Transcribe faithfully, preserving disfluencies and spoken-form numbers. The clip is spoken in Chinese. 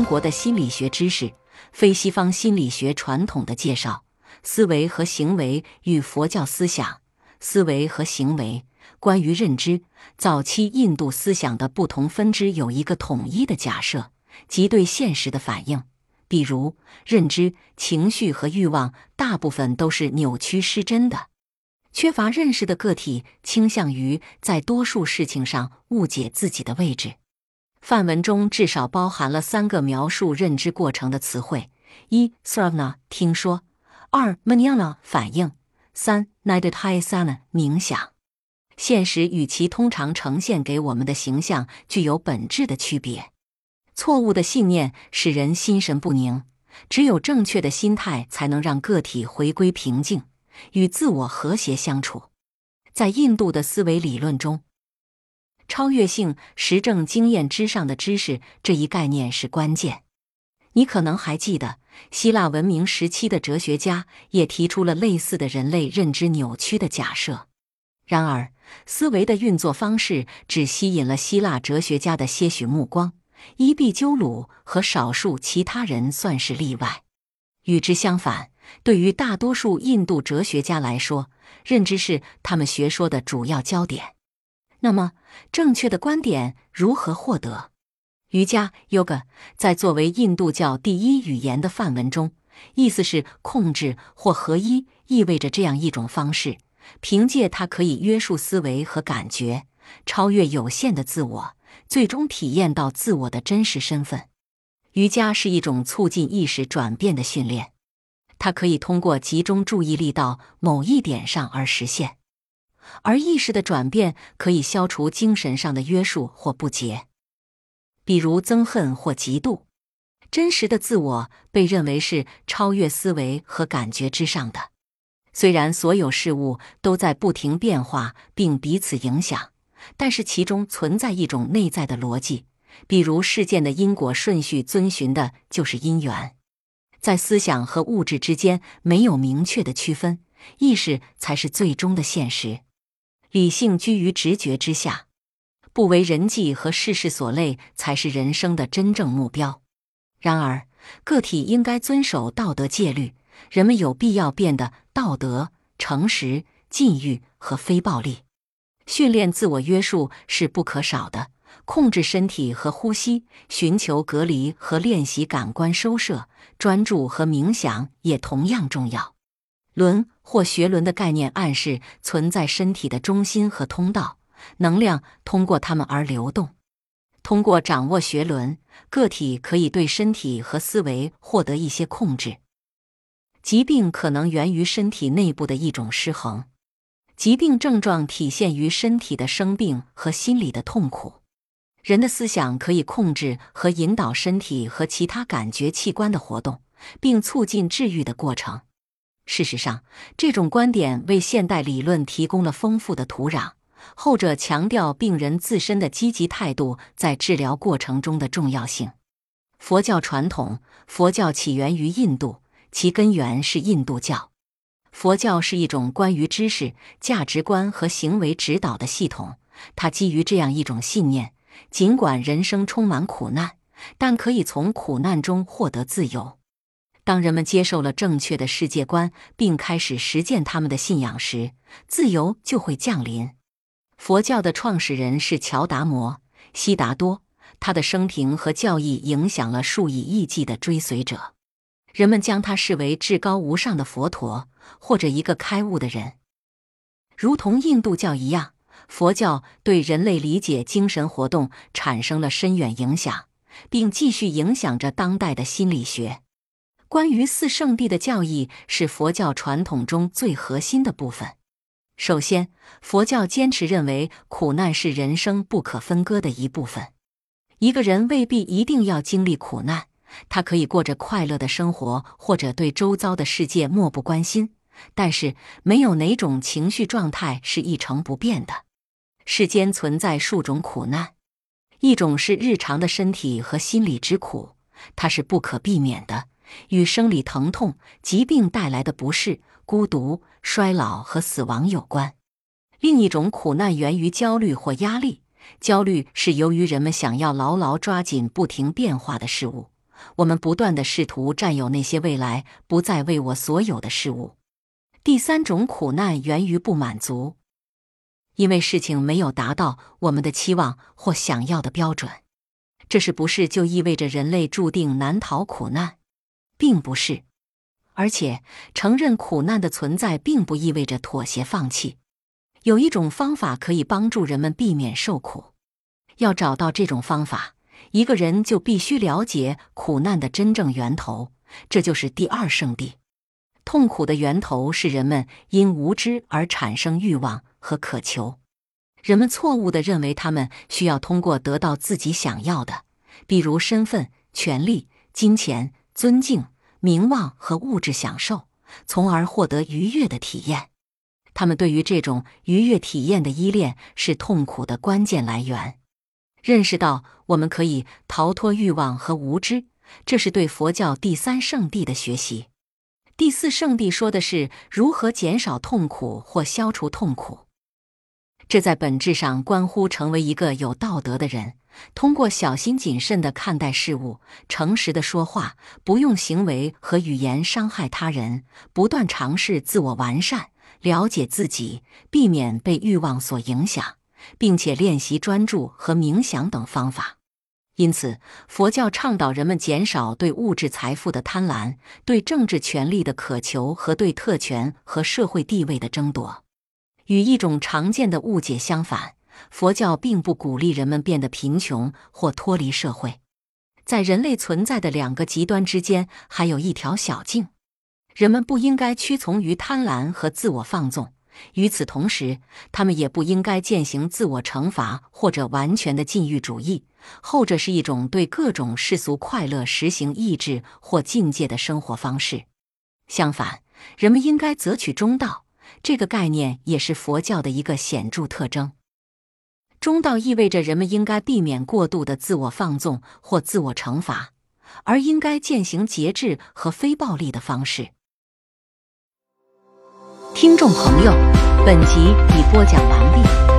国的心理学知识，非西方心理学传统的介绍，思维和行为与佛教思想，思维和行为，关于认知，早期印度思想的不同分支有一个统一的假设，即对现实的反应。比如，认知、情绪和欲望大部分都是扭曲失真的。缺乏认识的个体倾向于在多数事情上误解自己的位置。范文中至少包含了三个描述认知过程的词汇：一 Sravana 听说；二 Manana 反应；三 Nididhyasana 冥想。现实与其通常呈现给我们的形象具有本质的区别。错误的信念使人心神不宁，只有正确的心态才能让个体回归平静，与自我和谐相处。在印度的思维理论中，超越性实证经验之上的知识这一概念是关键。你可能还记得，希腊文明时期的哲学家也提出了类似的人类认知扭曲的假设。然而，思维的运作方式只吸引了希腊哲学家的些许目光，伊壁鸠鲁和少数其他人算是例外。与之相反，对于大多数印度哲学家来说，认知是他们学说的主要焦点。那么，正确的观点如何获得？瑜伽 （Yoga） 在作为印度教第一语言的梵文中，意思是控制或合一，意味着这样一种方式，凭借它可以约束思维和感觉，超越有限的自我，最终体验到自我的真实身份。瑜伽是一种促进意识转变的训练，它可以通过集中注意力到某一点上而实现。而意识的转变可以消除精神上的约束或不洁，比如憎恨或嫉妒。真实的自我被认为是超越思维和感觉之上的。虽然所有事物都在不停变化并彼此影响，但是其中存在一种内在的逻辑，比如事件的因果顺序遵循的就是因缘。在思想和物质之间没有明确的区分，意识才是最终的现实。理性居于直觉之下，不为人际和世事所累才是人生的真正目标。然而，个体应该遵守道德戒律，人们有必要变得道德、诚实、禁欲和非暴力。训练自我约束是不可少的，控制身体和呼吸，寻求隔离和练习感官收摄，专注和冥想也同样重要。轮或学轮的概念暗示存在身体的中心和通道，能量通过它们而流动。通过掌握学轮，个体可以对身体和思维获得一些控制。疾病可能源于身体内部的一种失衡。疾病症状体现于身体的生病和心理的痛苦。人的思想可以控制和引导身体和其他感觉器官的活动，并促进治愈的过程。事实上，这种观点为现代理论提供了丰富的土壤，后者强调病人自身的积极态度在治疗过程中的重要性。佛教传统，佛教起源于印度，其根源是印度教。佛教是一种关于知识、价值观和行为指导的系统，它基于这样一种信念：尽管人生充满苦难，但可以从苦难中获得自由。当人们接受了正确的世界观，并开始实践他们的信仰时，自由就会降临。佛教的创始人是乔达摩·悉达多，他的生平和教义影响了数以亿计的追随者。人们将他视为至高无上的佛陀，或者一个开悟的人。如同印度教一样，佛教对人类理解精神活动产生了深远影响，并继续影响着当代的心理学。关于四圣谛的教义是佛教传统中最核心的部分。首先，佛教坚持认为苦难是人生不可分割的一部分。一个人未必一定要经历苦难，他可以过着快乐的生活，或者对周遭的世界漠不关心，但是没有哪种情绪状态是一成不变的。世间存在数种苦难，一种是日常的身体和心理之苦，它是不可避免的，与生理疼痛、疾病带来的不适、孤独、衰老和死亡有关。另一种苦难源于焦虑或压力，焦虑是由于人们想要牢牢抓紧不停变化的事物， 我们不断地试图占有那些未来不再为我所有的事物。第三种苦难源于不满足，因为事情没有达到我们的期望或想要的标准。这是不是就意味着人类注定难逃苦难？并不是。而且，承认苦难的存在并不意味着妥协放弃。有一种方法可以帮助人们避免受苦。要找到这种方法，一个人就必须了解苦难的真正源头，这就是第二圣地。痛苦的源头是人们因无知而产生欲望和渴求。人们错误地认为他们需要通过得到自己想要的，比如身份、权力、金钱、尊敬、名望和物质享受，从而获得愉悦的体验。他们对于这种愉悦体验的依恋是痛苦的关键来源。认识到我们可以逃脱欲望和无知，这是对佛教第三圣地的学习。第四圣地说的是如何减少痛苦或消除痛苦。这在本质上关乎成为一个有道德的人，通过小心谨慎地看待事物，诚实地说话，不用行为和语言伤害他人，不断尝试自我完善，了解自己，避免被欲望所影响，并且练习专注和冥想等方法。因此，佛教倡导人们减少对物质财富的贪婪，对政治权力的渴求和对特权和社会地位的争夺。与一种常见的误解相反，佛教并不鼓励人们变得贫穷或脱离社会。在人类存在的两个极端之间，还有一条小径。人们不应该屈从于贪婪和自我放纵，与此同时，他们也不应该践行自我惩罚或者完全的禁欲主义，后者是一种对各种世俗快乐实行抑制或境界的生活方式。相反，人们应该择取中道，这个概念也是佛教的一个显著特征。中道意味着人们应该避免过度的自我放纵或自我惩罚，而应该践行节制和非暴力的方式。听众朋友，本集已播讲完毕。